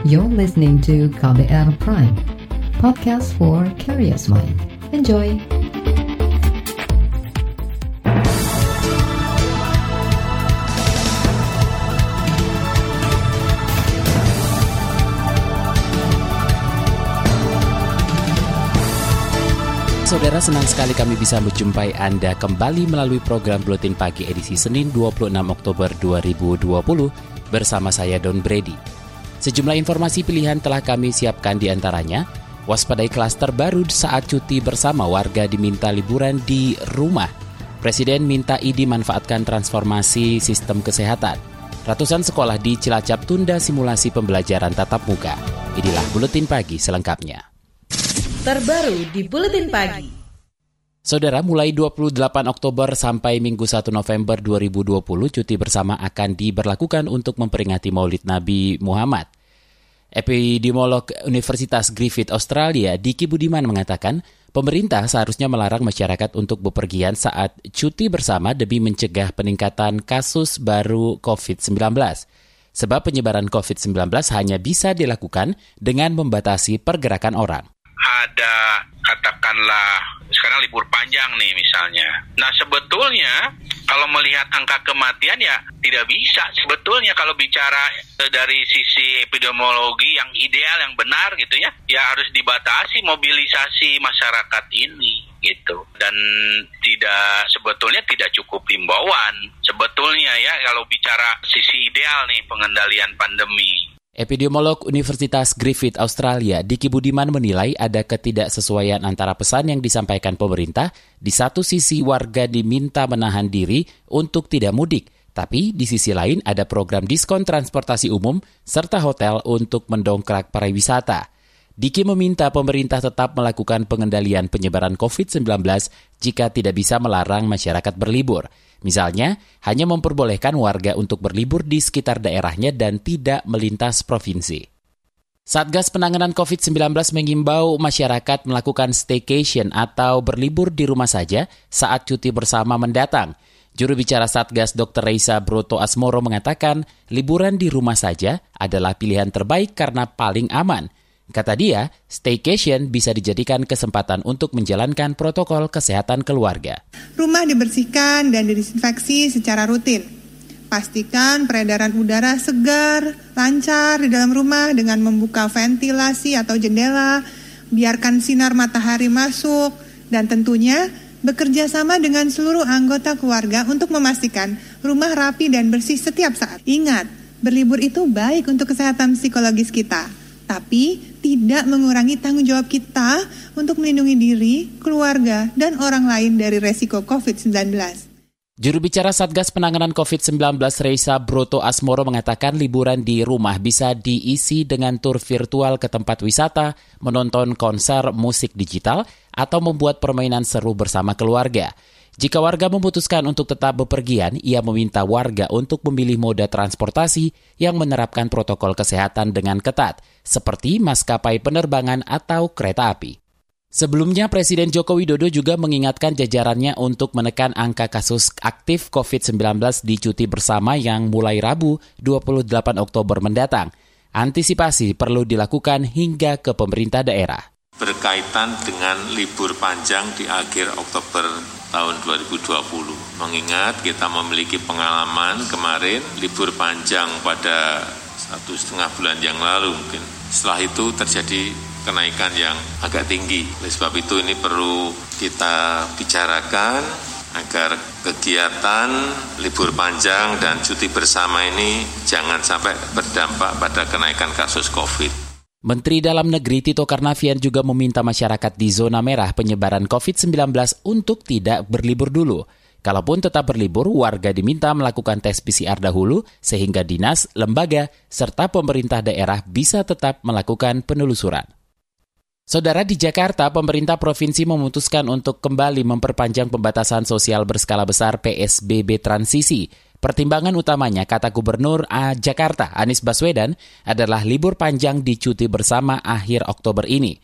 You're listening to KBR Prime, podcast for curious mind. Enjoy! Saudara, senang sekali kami bisa menjumpai Anda kembali melalui program Buletin Pagi edisi Senin 26 Oktober 2020 bersama saya Don Brady. Sejumlah informasi pilihan telah kami siapkan di antaranya, waspadai klaster baru saat cuti bersama, warga diminta liburan di rumah. Presiden minta ID manfaatkan transformasi sistem kesehatan. Ratusan sekolah di Cilacap tunda simulasi pembelajaran tatap muka. Inilah Buletin Pagi selengkapnya. Terbaru di Buletin Pagi. Saudara, mulai 28 Oktober sampai Minggu 1 November 2020, cuti bersama akan diberlakukan untuk memperingati Maulid Nabi Muhammad. Epidemiolog Universitas Griffith Australia, Diki Budiman mengatakan, pemerintah seharusnya melarang masyarakat untuk bepergian saat cuti bersama demi mencegah peningkatan kasus baru COVID-19. Sebab penyebaran COVID-19 hanya bisa dilakukan dengan membatasi pergerakan orang. Ada katakanlah sekarang libur panjang nih misalnya. Nah sebetulnya kalau melihat angka kematian ya tidak bisa sebetulnya kalau bicara dari sisi epidemiologi yang ideal, yang benar gitu ya. Ya harus dibatasi mobilisasi masyarakat ini gitu. Dan sebetulnya tidak cukup himbauan sebetulnya ya kalau bicara sisi ideal nih pengendalian pandemi. Epidemiolog Universitas Griffith Australia, Diki Budiman menilai ada ketidaksesuaian antara pesan yang disampaikan pemerintah, di satu sisi warga diminta menahan diri untuk tidak mudik, tapi di sisi lain ada program diskon transportasi umum serta hotel untuk mendongkrak pariwisata. Diki meminta pemerintah tetap melakukan pengendalian penyebaran COVID-19 jika tidak bisa melarang masyarakat berlibur. Misalnya, hanya memperbolehkan warga untuk berlibur di sekitar daerahnya dan tidak melintas provinsi. Satgas Penanganan COVID-19 mengimbau masyarakat melakukan staycation atau berlibur di rumah saja saat cuti bersama mendatang. Juru bicara Satgas Dr. Reisa Broto Asmoro mengatakan, liburan di rumah saja adalah pilihan terbaik karena paling aman. Kata dia, staycation bisa dijadikan kesempatan untuk menjalankan protokol kesehatan keluarga. Rumah dibersihkan dan didesinfeksi secara rutin. Pastikan peredaran udara segar, lancar di dalam rumah dengan membuka ventilasi atau jendela, biarkan sinar matahari masuk, dan tentunya bekerja sama dengan seluruh anggota keluarga untuk memastikan rumah rapi dan bersih setiap saat. Ingat, berlibur itu baik untuk kesehatan psikologis kita, tapi tidak mengurangi tanggung jawab kita untuk melindungi diri, keluarga, dan orang lain dari resiko COVID-19. Juru bicara Satgas Penanganan COVID-19 Reisa Broto Asmoro mengatakan liburan di rumah bisa diisi dengan tur virtual ke tempat wisata, menonton konser musik digital, atau membuat permainan seru bersama keluarga. Jika warga memutuskan untuk tetap bepergian, ia meminta warga untuk memilih moda transportasi yang menerapkan protokol kesehatan dengan ketat, seperti maskapai penerbangan atau kereta api. Sebelumnya, Presiden Joko Widodo juga mengingatkan jajarannya untuk menekan angka kasus aktif COVID-19 di cuti bersama yang mulai Rabu 28 Oktober mendatang. Antisipasi perlu dilakukan hingga ke pemerintah daerah. Berkaitan dengan libur panjang di akhir Oktober tahun 2020. Mengingat kita memiliki pengalaman kemarin libur panjang pada 1,5 bulan yang lalu mungkin. Setelah itu terjadi kenaikan yang agak tinggi. Oleh sebab itu ini perlu kita bicarakan agar kegiatan libur panjang dan cuti bersama ini jangan sampai berdampak pada kenaikan kasus COVID. Menteri Dalam Negeri Tito Karnavian juga meminta masyarakat di zona merah penyebaran COVID-19 untuk tidak berlibur dulu. Kalaupun tetap berlibur, warga diminta melakukan tes PCR dahulu sehingga dinas, lembaga, serta pemerintah daerah bisa tetap melakukan penelusuran. Saudara, di Jakarta, pemerintah provinsi memutuskan untuk kembali memperpanjang pembatasan sosial berskala besar PSBB transisi. Pertimbangan utamanya, kata Gubernur Jakarta Anies Baswedan, adalah libur panjang di cuti bersama akhir Oktober ini.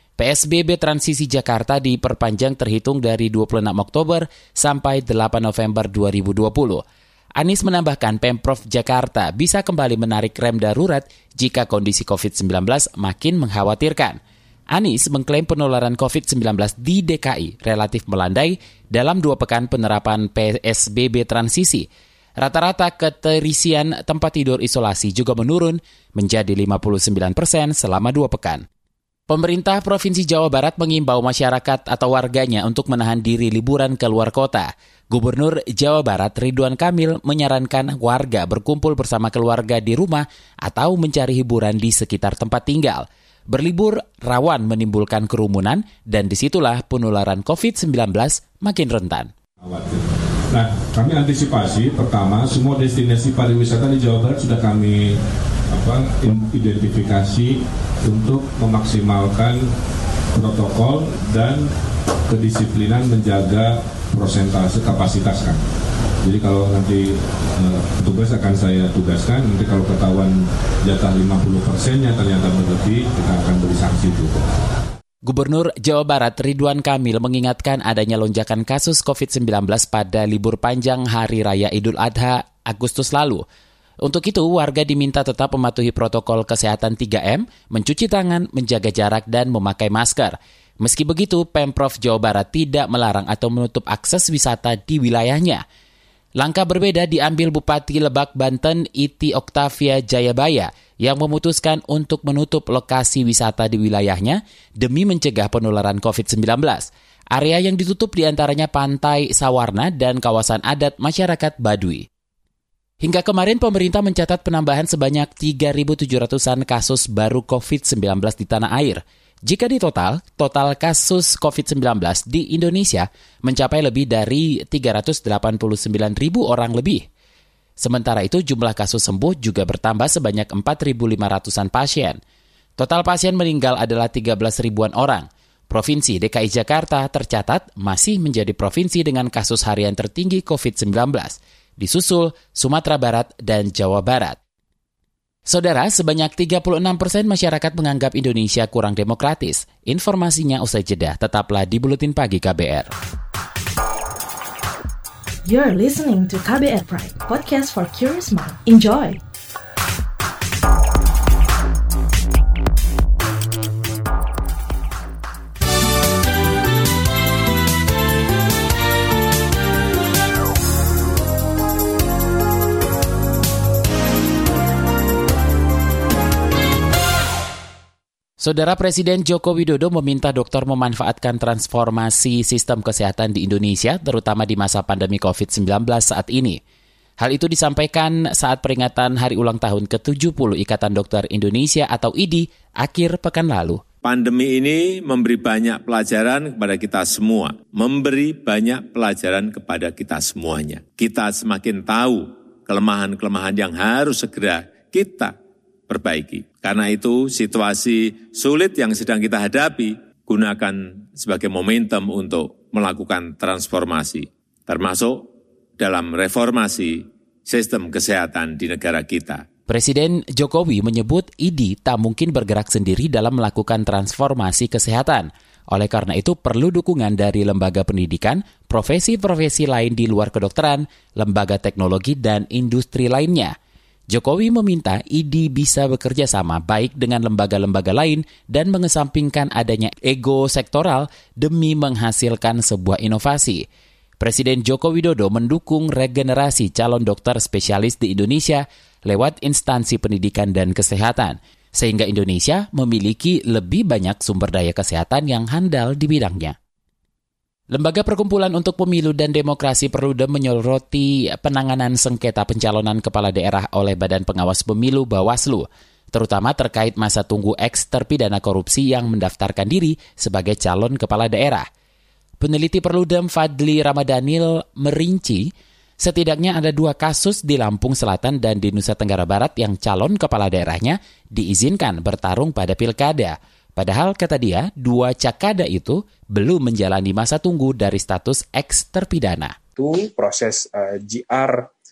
PSBB transisi Jakarta diperpanjang terhitung dari 26 Oktober sampai 8 November 2020. Anies menambahkan Pemprov Jakarta bisa kembali menarik rem darurat jika kondisi COVID-19 makin mengkhawatirkan. Anies mengklaim penularan COVID-19 di DKI relatif melandai dalam 2 pekan penerapan PSBB transisi. Rata-rata keterisian tempat tidur isolasi juga menurun menjadi 59% selama 2 pekan. Pemerintah Provinsi Jawa Barat mengimbau masyarakat atau warganya untuk menahan diri liburan ke luar kota. Gubernur Jawa Barat Ridwan Kamil menyarankan warga berkumpul bersama keluarga di rumah atau mencari hiburan di sekitar tempat tinggal. Berlibur rawan menimbulkan kerumunan dan disitulah penularan COVID-19 makin rentan. Nah, kami antisipasi pertama semua destinasi pariwisata di Jawa Barat sudah kami identifikasi untuk memaksimalkan protokol dan kedisiplinan menjaga prosentase kapasitas kan. Jadi kalau nanti petugas akan saya tugaskan, nanti kalau ketahuan jatah 50%-nya ternyata berlebih, kita akan beri sanksi juga. Gubernur Jawa Barat Ridwan Kamil mengingatkan adanya lonjakan kasus COVID-19 pada libur panjang Hari Raya Idul Adha Agustus lalu. Untuk itu, warga diminta tetap mematuhi protokol kesehatan 3M, mencuci tangan, menjaga jarak, dan memakai masker. Meski begitu, Pemprov Jawa Barat tidak melarang atau menutup akses wisata di wilayahnya. Langkah berbeda diambil Bupati Lebak, Banten, Iti Oktavia Jayabaya yang memutuskan untuk menutup lokasi wisata di wilayahnya demi mencegah penularan COVID-19. Area yang ditutup diantaranya Pantai Sawarna dan kawasan adat masyarakat Baduy. Hingga kemarin pemerintah mencatat penambahan sebanyak 3.700-an kasus baru COVID-19 di tanah air. Jika total kasus COVID-19 di Indonesia mencapai lebih dari 389.000 orang lebih. Sementara itu jumlah kasus sembuh juga bertambah sebanyak 4.500-an pasien. Total pasien meninggal adalah 13.000-an orang. Provinsi DKI Jakarta tercatat masih menjadi provinsi dengan kasus harian tertinggi COVID-19. Disusul Sumatera Barat dan Jawa Barat. Saudara, sebanyak 36% masyarakat menganggap Indonesia kurang demokratis. Informasinya usai jeda, tetaplah di Buletin Pagi KBR. You're listening to KBR Pride, podcast for curious mind. Enjoy! Saudara, Presiden Joko Widodo meminta dokter memanfaatkan transformasi sistem kesehatan di Indonesia, terutama di masa pandemi COVID-19 saat ini. Hal itu disampaikan saat peringatan Hari Ulang Tahun ke-70 Ikatan Dokter Indonesia atau IDI akhir pekan lalu. Pandemi ini memberi banyak pelajaran kepada kita semua, memberi banyak pelajaran kepada kita semuanya. Kita semakin tahu kelemahan-kelemahan yang harus segera kita perbaiki. Karena itu situasi sulit yang sedang kita hadapi, gunakan sebagai momentum untuk melakukan transformasi, termasuk dalam reformasi sistem kesehatan di negara kita. Presiden Jokowi menyebut IDI tak mungkin bergerak sendiri dalam melakukan transformasi kesehatan. Oleh karena itu perlu dukungan dari lembaga pendidikan, profesi-profesi lain di luar kedokteran, lembaga teknologi, dan industri lainnya. Jokowi meminta IDI bisa bekerja sama baik dengan lembaga-lembaga lain dan mengesampingkan adanya ego sektoral demi menghasilkan sebuah inovasi. Presiden Joko Widodo mendukung regenerasi calon dokter spesialis di Indonesia lewat instansi pendidikan dan kesehatan, sehingga Indonesia memiliki lebih banyak sumber daya kesehatan yang handal di bidangnya. Lembaga Perkumpulan untuk Pemilu dan Demokrasi Perludem menyoroti penanganan sengketa pencalonan kepala daerah oleh Badan Pengawas Pemilu Bawaslu, terutama terkait masa tunggu eks-terpidana korupsi yang mendaftarkan diri sebagai calon kepala daerah. Peneliti Perludem Fadli Ramadhanil merinci, setidaknya ada 2 kasus di Lampung Selatan dan di Nusa Tenggara Barat yang calon kepala daerahnya diizinkan bertarung pada pilkada. Padahal, kata dia, 2 cakada itu belum menjalani masa tunggu dari status eks-terpidana. Itu proses JR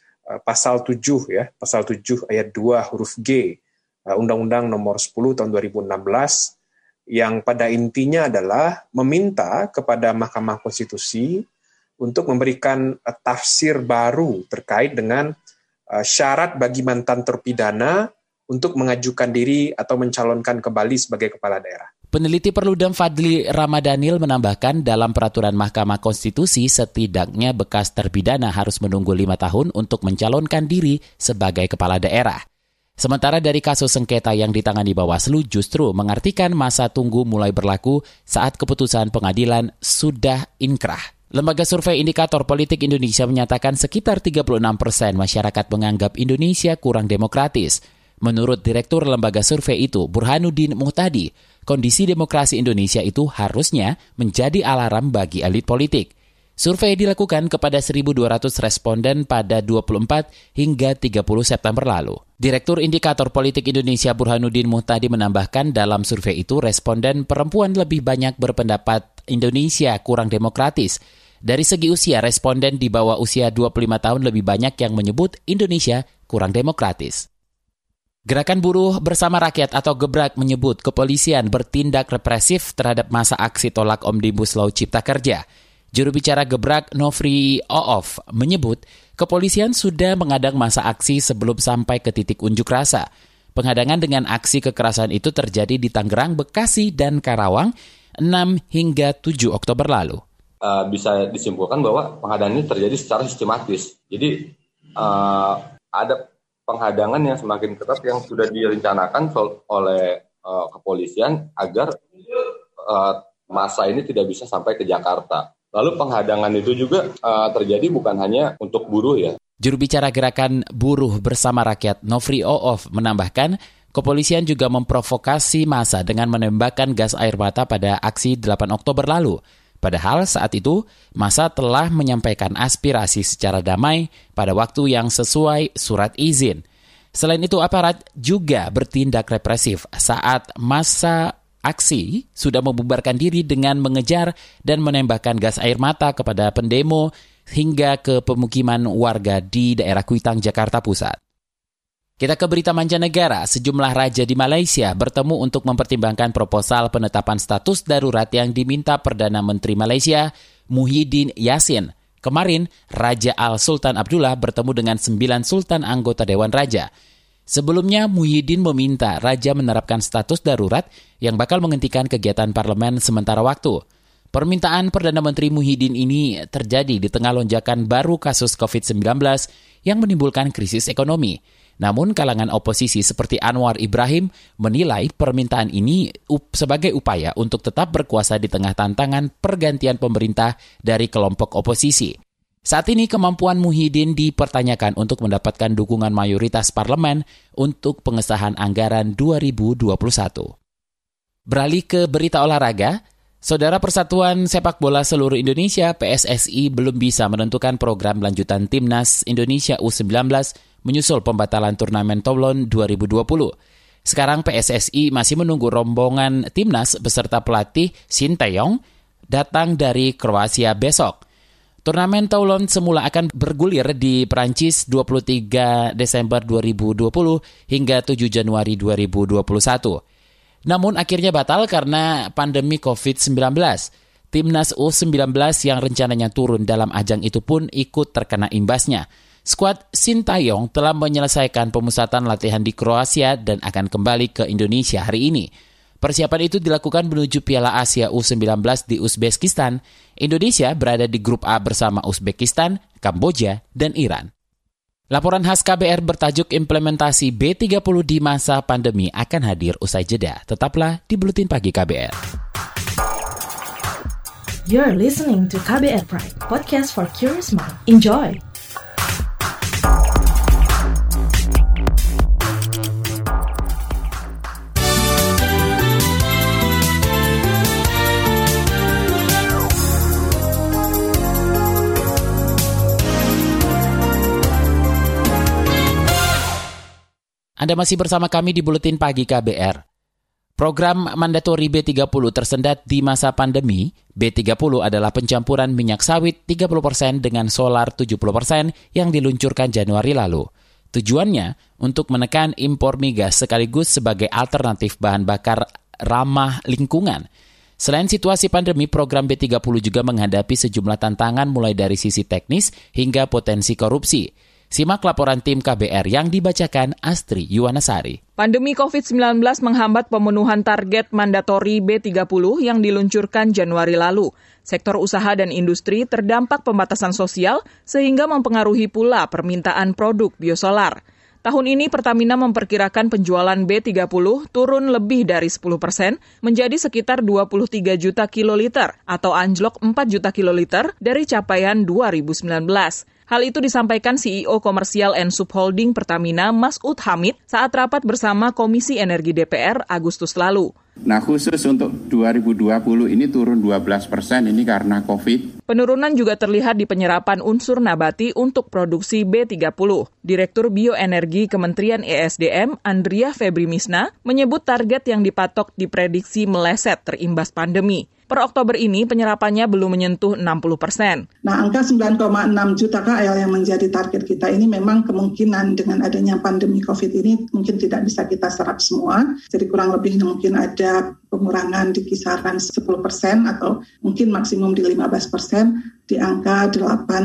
pasal 7 ya, pasal 7 ayat 2 huruf G, Undang-Undang nomor 10 tahun 2016, yang pada intinya adalah meminta kepada Mahkamah Konstitusi untuk memberikan tafsir baru terkait dengan syarat bagi mantan terpidana untuk mengajukan diri atau mencalonkan kembali sebagai kepala daerah. Peneliti Perludem Fadli Ramadhanil menambahkan dalam peraturan Mahkamah Konstitusi setidaknya bekas terpidana harus menunggu 5 tahun untuk mencalonkan diri sebagai kepala daerah. Sementara dari kasus sengketa yang ditangani Bawaslu justru mengartikan masa tunggu mulai berlaku saat keputusan pengadilan sudah inkrah. Lembaga Survei Indikator Politik Indonesia menyatakan sekitar 36% masyarakat menganggap Indonesia kurang demokratis. Menurut Direktur Lembaga Survei itu, Burhanuddin Muhtadi, kondisi demokrasi Indonesia itu harusnya menjadi alarm bagi elit politik. Survei dilakukan kepada 1.200 responden pada 24 hingga 30 September lalu. Direktur Indikator Politik Indonesia Burhanuddin Muhtadi menambahkan dalam survei itu responden perempuan lebih banyak berpendapat Indonesia kurang demokratis. Dari segi usia, responden di bawah usia 25 tahun lebih banyak yang menyebut Indonesia kurang demokratis. Gerakan Buruh Bersama Rakyat atau Gebrak menyebut kepolisian bertindak represif terhadap masa aksi tolak Omnibus Law Cipta Kerja. Juru bicara Gebrak, Nofri Oof, menyebut kepolisian sudah mengadang masa aksi sebelum sampai ke titik unjuk rasa. Penghadangan dengan aksi kekerasan itu terjadi di Tangerang, Bekasi, dan Karawang 6 hingga 7 Oktober lalu. Bisa disimpulkan bahwa penghadangan ini terjadi secara sistematis. Jadi ada penghadangan yang semakin ketat yang sudah direncanakan oleh kepolisian agar massa ini tidak bisa sampai ke Jakarta. Lalu penghadangan itu juga terjadi bukan hanya untuk buruh ya. Juru bicara Gerakan Buruh Bersama Rakyat Nofri Oof menambahkan, kepolisian juga memprovokasi massa dengan menembakkan gas air mata pada aksi 8 Oktober lalu. Padahal saat itu, massa telah menyampaikan aspirasi secara damai pada waktu yang sesuai surat izin. Selain itu, aparat juga bertindak represif saat massa aksi sudah membubarkan diri dengan mengejar dan menembakkan gas air mata kepada pendemo hingga ke pemukiman warga di daerah Kuitang, Jakarta Pusat. Kita ke berita mancanegara, sejumlah raja di Malaysia bertemu untuk mempertimbangkan proposal penetapan status darurat yang diminta Perdana Menteri Malaysia, Muhyiddin Yassin. Kemarin, Raja Al-Sultan Abdullah bertemu dengan 9 sultan anggota Dewan Raja. Sebelumnya, Muhyiddin meminta raja menerapkan status darurat yang bakal menghentikan kegiatan parlemen sementara waktu. Permintaan Perdana Menteri Muhyiddin ini terjadi di tengah lonjakan baru kasus COVID-19 yang menimbulkan krisis ekonomi. Namun kalangan oposisi seperti Anwar Ibrahim menilai permintaan ini sebagai upaya untuk tetap berkuasa di tengah tantangan pergantian pemerintah dari kelompok oposisi. Saat ini kemampuan Muhyiddin dipertanyakan untuk mendapatkan dukungan mayoritas parlemen untuk pengesahan anggaran 2021. Beralih ke berita olahraga, Saudara Persatuan Sepak Bola Seluruh Indonesia PSSI belum bisa menentukan program lanjutan Timnas Indonesia U19 menyusul pembatalan turnamen Toulon 2020. Sekarang PSSI masih menunggu rombongan Timnas beserta pelatih Shin Tae-yong datang dari Kroasia besok. Turnamen Toulon semula akan bergulir di Prancis 23 Desember 2020 hingga 7 Januari 2021. Namun akhirnya batal karena pandemi COVID-19. Timnas U19 yang rencananya turun dalam ajang itu pun ikut terkena imbasnya. Skuad Shin Tae-yong telah menyelesaikan pemusatan latihan di Kroasia dan akan kembali ke Indonesia hari ini. Persiapan itu dilakukan menuju Piala Asia U19 di Uzbekistan. Indonesia berada di grup A bersama Uzbekistan, Kamboja, dan Iran. Laporan khas KBR bertajuk Implementasi B30 di masa pandemi akan hadir usai jeda. Tetaplah di Buletin Pagi KBR. You're listening to KBR Pride, podcast for curious mind. Enjoy! Anda masih bersama kami di Buletin Pagi KBR. Program mandatori B30 tersendat di masa pandemi. B30 adalah pencampuran minyak sawit 30% dengan solar 70% yang diluncurkan Januari lalu. Tujuannya untuk menekan impor migas sekaligus sebagai alternatif bahan bakar ramah lingkungan. Selain situasi pandemi, program B30 juga menghadapi sejumlah tantangan mulai dari sisi teknis hingga potensi korupsi. Simak laporan tim KBR yang dibacakan Astri Yuwanasari. Pandemi COVID-19 menghambat pemenuhan target mandatori B30 yang diluncurkan Januari lalu. Sektor usaha dan industri terdampak pembatasan sosial sehingga mempengaruhi pula permintaan produk biosolar. Tahun ini Pertamina memperkirakan penjualan B30 turun lebih dari 10% menjadi sekitar 23 juta kiloliter atau anjlok 4 juta kiloliter dari capaian 2019. Hal itu disampaikan CEO Komersial and Subholding Pertamina Masud Hamid saat rapat bersama Komisi Energi DPR Agustus lalu. Nah khusus untuk 2020 ini turun 12% ini karena COVID. Penurunan juga terlihat di penyerapan unsur nabati untuk produksi B30. Direktur Bioenergi Kementerian ESDM Andrea Febrimisna menyebut target yang dipatok diprediksi meleset terimbas pandemi. Per Oktober ini penyerapannya belum menyentuh 60%. Nah, angka 9,6 juta KL yang menjadi target kita ini memang kemungkinan dengan adanya pandemi COVID ini mungkin tidak bisa kita serap semua. Jadi kurang lebih mungkin ada pengurangan di kisaran 10% atau mungkin maksimum di 15% di angka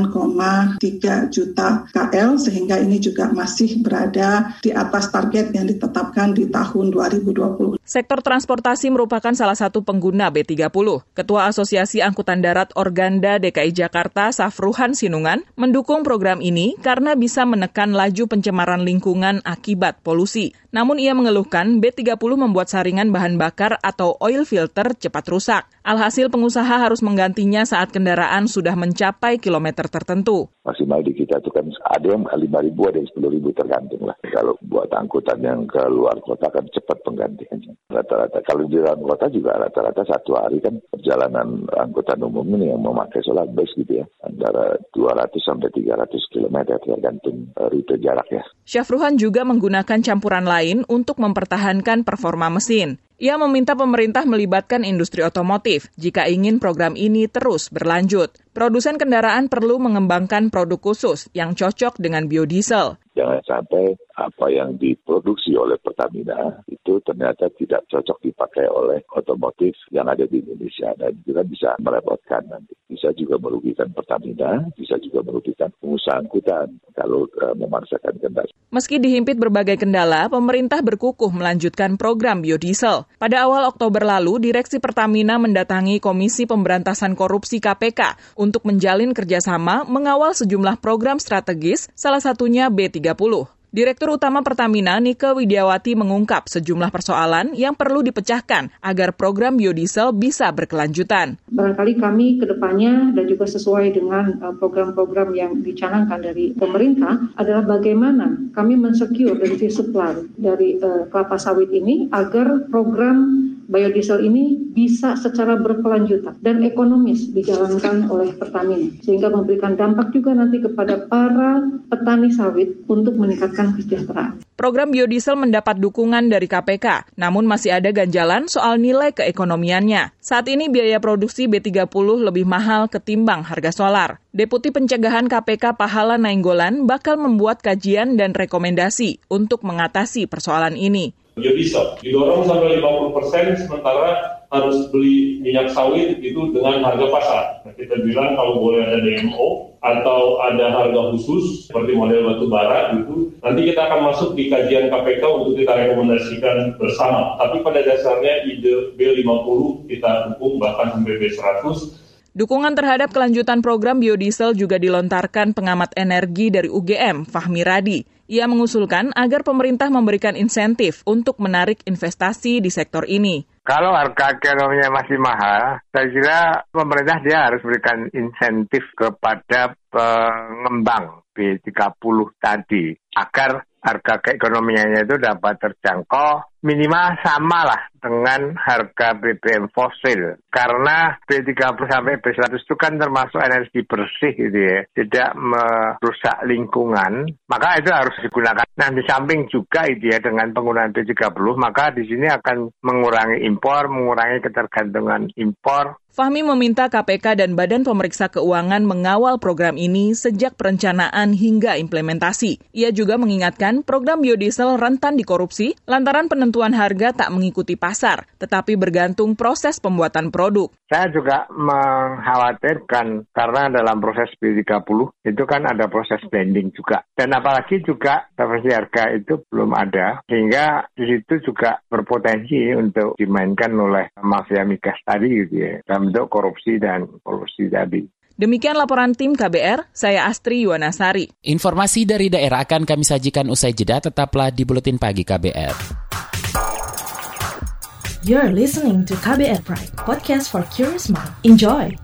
8,3 juta KL sehingga ini juga masih berada di atas target yang ditetapkan di tahun 2020. Sektor transportasi merupakan salah satu pengguna B30. Ketua Asosiasi Angkutan Darat Organda DKI Jakarta, Safruhan Sinungan, mendukung program ini karena bisa menekan laju pencemaran lingkungan akibat polusi. Namun ia mengeluhkan B30 membuat saringan bahan bakar atau oil filter cepat rusak. Alhasil pengusaha harus menggantinya saat kendaraan sudah mencapai kilometer tertentu. Maksimal di kita itu kan ada yang 5.000, ada yang 10.000 tergantung lah. Kalau buat angkutan yang ke luar kota kan cepat penggantiannya. Rata-rata kalau di dalam kota juga rata-rata 1 hari kan perjalanan angkutan umum ini yang memakai solar bus gitu ya. Antara 200 sampai 300 km tergantung rute jaraknya. Syafruhan juga menggunakan campuran lain untuk mempertahankan performa mesin. Ia meminta pemerintah melibatkan industri otomotif jika ingin program ini terus berlanjut. Produsen kendaraan perlu mengembangkan produk khusus yang cocok dengan biodiesel. Jangan sampai apa yang diproduksi oleh Pertamina itu ternyata tidak cocok dipakai oleh otomotif yang ada di Indonesia. Dan kita bisa merepotkan nanti. Bisa juga merugikan Pertamina, bisa juga merugikan pengusaha angkutan kalau memaksakan kendaraan. Meski dihimpit berbagai kendala, pemerintah berkukuh melanjutkan program biodiesel. Pada awal Oktober lalu, Direksi Pertamina mendatangi Komisi Pemberantasan Korupsi KPK untuk menjalin kerjasama mengawal sejumlah program strategis, salah satunya B30. Direktur Utama Pertamina, Nike Widiawati, mengungkap sejumlah persoalan yang perlu dipecahkan agar program biodiesel bisa berkelanjutan. Barangkali kami ke depannya dan juga sesuai dengan program-program yang dicanangkan dari pemerintah adalah bagaimana kami mensecure dari supply dari kelapa sawit ini agar program biodiesel ini bisa secara berkelanjutan dan ekonomis dijalankan oleh Pertamina sehingga memberikan dampak juga nanti kepada para petani sawit untuk meningkatkan kesejahteraan. Program biodiesel mendapat dukungan dari KPK, namun masih ada ganjalan soal nilai keekonomiannya. Saat ini biaya produksi B30 lebih mahal ketimbang harga solar. Deputi Pencegahan KPK Pahala Nainggolan bakal membuat kajian dan rekomendasi untuk mengatasi persoalan ini. Biodiesel didorong sampai 50%, sementara harus beli minyak sawit itu dengan harga pasar. Nah, kita bilang kalau boleh ada DMO atau ada harga khusus seperti model batu bara gitu, nanti kita akan masuk di kajian KPK untuk kita rekomendasikan bersama. Tapi pada dasarnya ide B50 kita dukung bahkan sampai B100. Dukungan terhadap kelanjutan program biodiesel juga dilontarkan pengamat energi dari UGM, Fahmi Radi. Ia mengusulkan agar pemerintah memberikan insentif untuk menarik investasi di sektor ini. Kalau harga ekonominya masih mahal, saya kira pemerintah dia harus berikan insentif kepada pengembang B30 tadi agar harga keekonomiannya itu dapat terjangkau minimal sama lah dengan harga BBM fosil. Karena B30 sampai B100 itu kan termasuk energi bersih gitu ya, tidak merusak lingkungan, maka itu harus digunakan. Nah di samping juga itu ya dengan penggunaan B30, maka di sini akan mengurangi impor, mengurangi ketergantungan impor. Fahmi meminta KPK dan Badan Pemeriksa Keuangan mengawal program ini sejak perencanaan hingga implementasi. Ia juga mengingatkan program biodiesel rentan dikorupsi lantaran penentuan penentuan harga tak mengikuti pasar, tetapi bergantung proses pembuatan produk. Saya juga mengkhawatirkan karena dalam proses B30 itu kan ada proses blending juga. Dan apalagi juga referensi harga itu belum ada, sehingga di situ juga berpotensi untuk dimainkan oleh mafia migas tadi gitu ya, dalam bentuk korupsi dan kolusi tadi. Demikian laporan tim KBR, saya Astri Yuwanasari. Informasi dari daerah akan kami sajikan usai jeda, tetaplah di Buletin Pagi KBR. You're listening to KBR Prime, podcast for curious mind. Enjoy!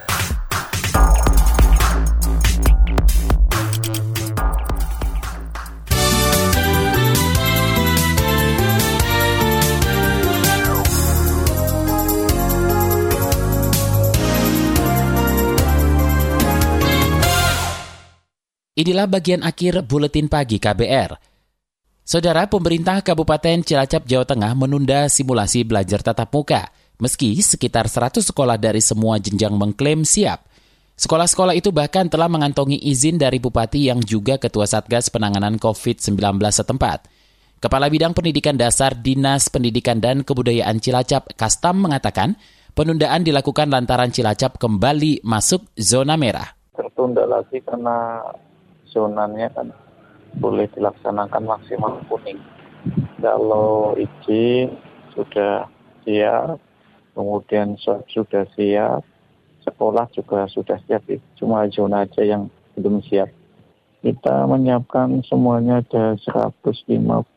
Inilah bagian akhir Buletin Pagi KBR. Saudara, pemerintah Kabupaten Cilacap, Jawa Tengah menunda simulasi belajar tatap muka, meski sekitar 100 sekolah dari semua jenjang mengklaim siap. Sekolah-sekolah itu bahkan telah mengantongi izin dari Bupati yang juga Ketua Satgas Penanganan COVID-19 setempat. Kepala Bidang Pendidikan Dasar Dinas Pendidikan dan Kebudayaan Cilacap, Kastam, mengatakan penundaan dilakukan lantaran Cilacap kembali masuk zona merah. Tertunda lagi karena zonanya kan boleh dilaksanakan maksimal kuning. Kalau izin sudah siap, kemudian swab sudah siap, sekolah juga sudah siap. Cuma zona aja yang belum siap. Kita menyiapkan semuanya ada 157.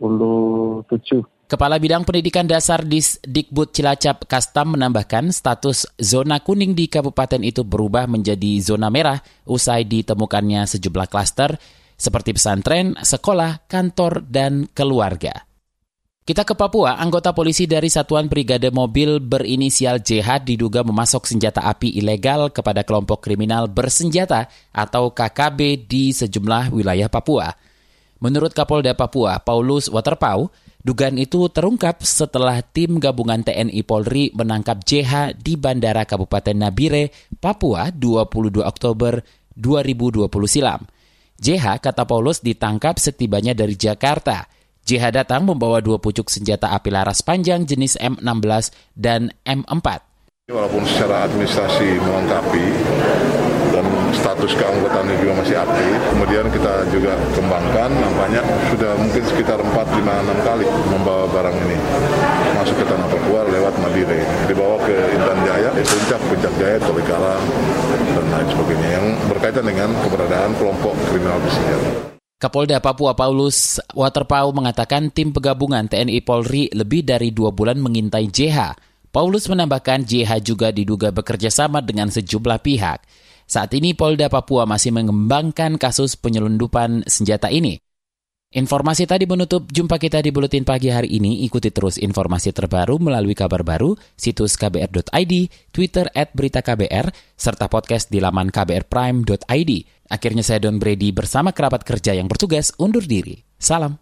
Kepala Bidang Pendidikan Dasar Dikbud Cilacap, Kastam, menambahkan status zona kuning di kabupaten itu berubah menjadi zona merah usai ditemukannya sejumlah klaster seperti pesantren, sekolah, kantor, dan keluarga. Kita ke Papua. Anggota polisi dari Satuan Brigade Mobil berinisial JH diduga memasok senjata api ilegal kepada kelompok kriminal bersenjata atau KKB di sejumlah wilayah Papua. Menurut Kapolda Papua, Paulus Waterpau, dugaan itu terungkap setelah tim gabungan TNI Polri menangkap JH di Bandara Kabupaten Nabire, Papua, 22 Oktober 2020 silam. JH, kata Paulus, ditangkap setibanya dari Jakarta. JH datang membawa 2 pucuk senjata api laras panjang jenis M16 dan M4. Walaupun secara administrasi melengkapi dan status keanggotaannya juga masih aktif, kemudian kita juga kembangkan, nampaknya sudah mungkin sekitar 4-5-6 kali membawa barang ini masuk ke tanah Papua lewat Madire, dibawa ke Intan Jaya, Puncak Jaya, Tolikara, dan lain sebagainya yang berkaitan dengan keberadaan kelompok kriminal bersenjata. Kapolda Papua Paulus Waterpau mengatakan tim penggabungan TNI Polri lebih dari 2 bulan mengintai JH. Paulus menambahkan JH juga diduga bekerja sama dengan sejumlah pihak. Saat ini Polda Papua masih mengembangkan kasus penyelundupan senjata ini. Informasi tadi menutup jumpa kita di Buletin Pagi hari ini. Ikuti terus informasi terbaru melalui kabar baru, situs kbr.id, Twitter @beritaKBR, serta podcast di laman kbrprime.id. Akhirnya saya Don Brady bersama kerabat kerja yang bertugas undur diri. Salam.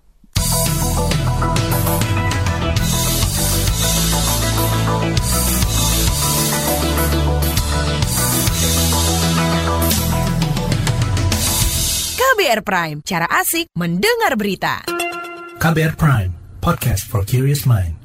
KBR Prime, cara asik mendengar berita. KBR Prime, podcast for curious mind.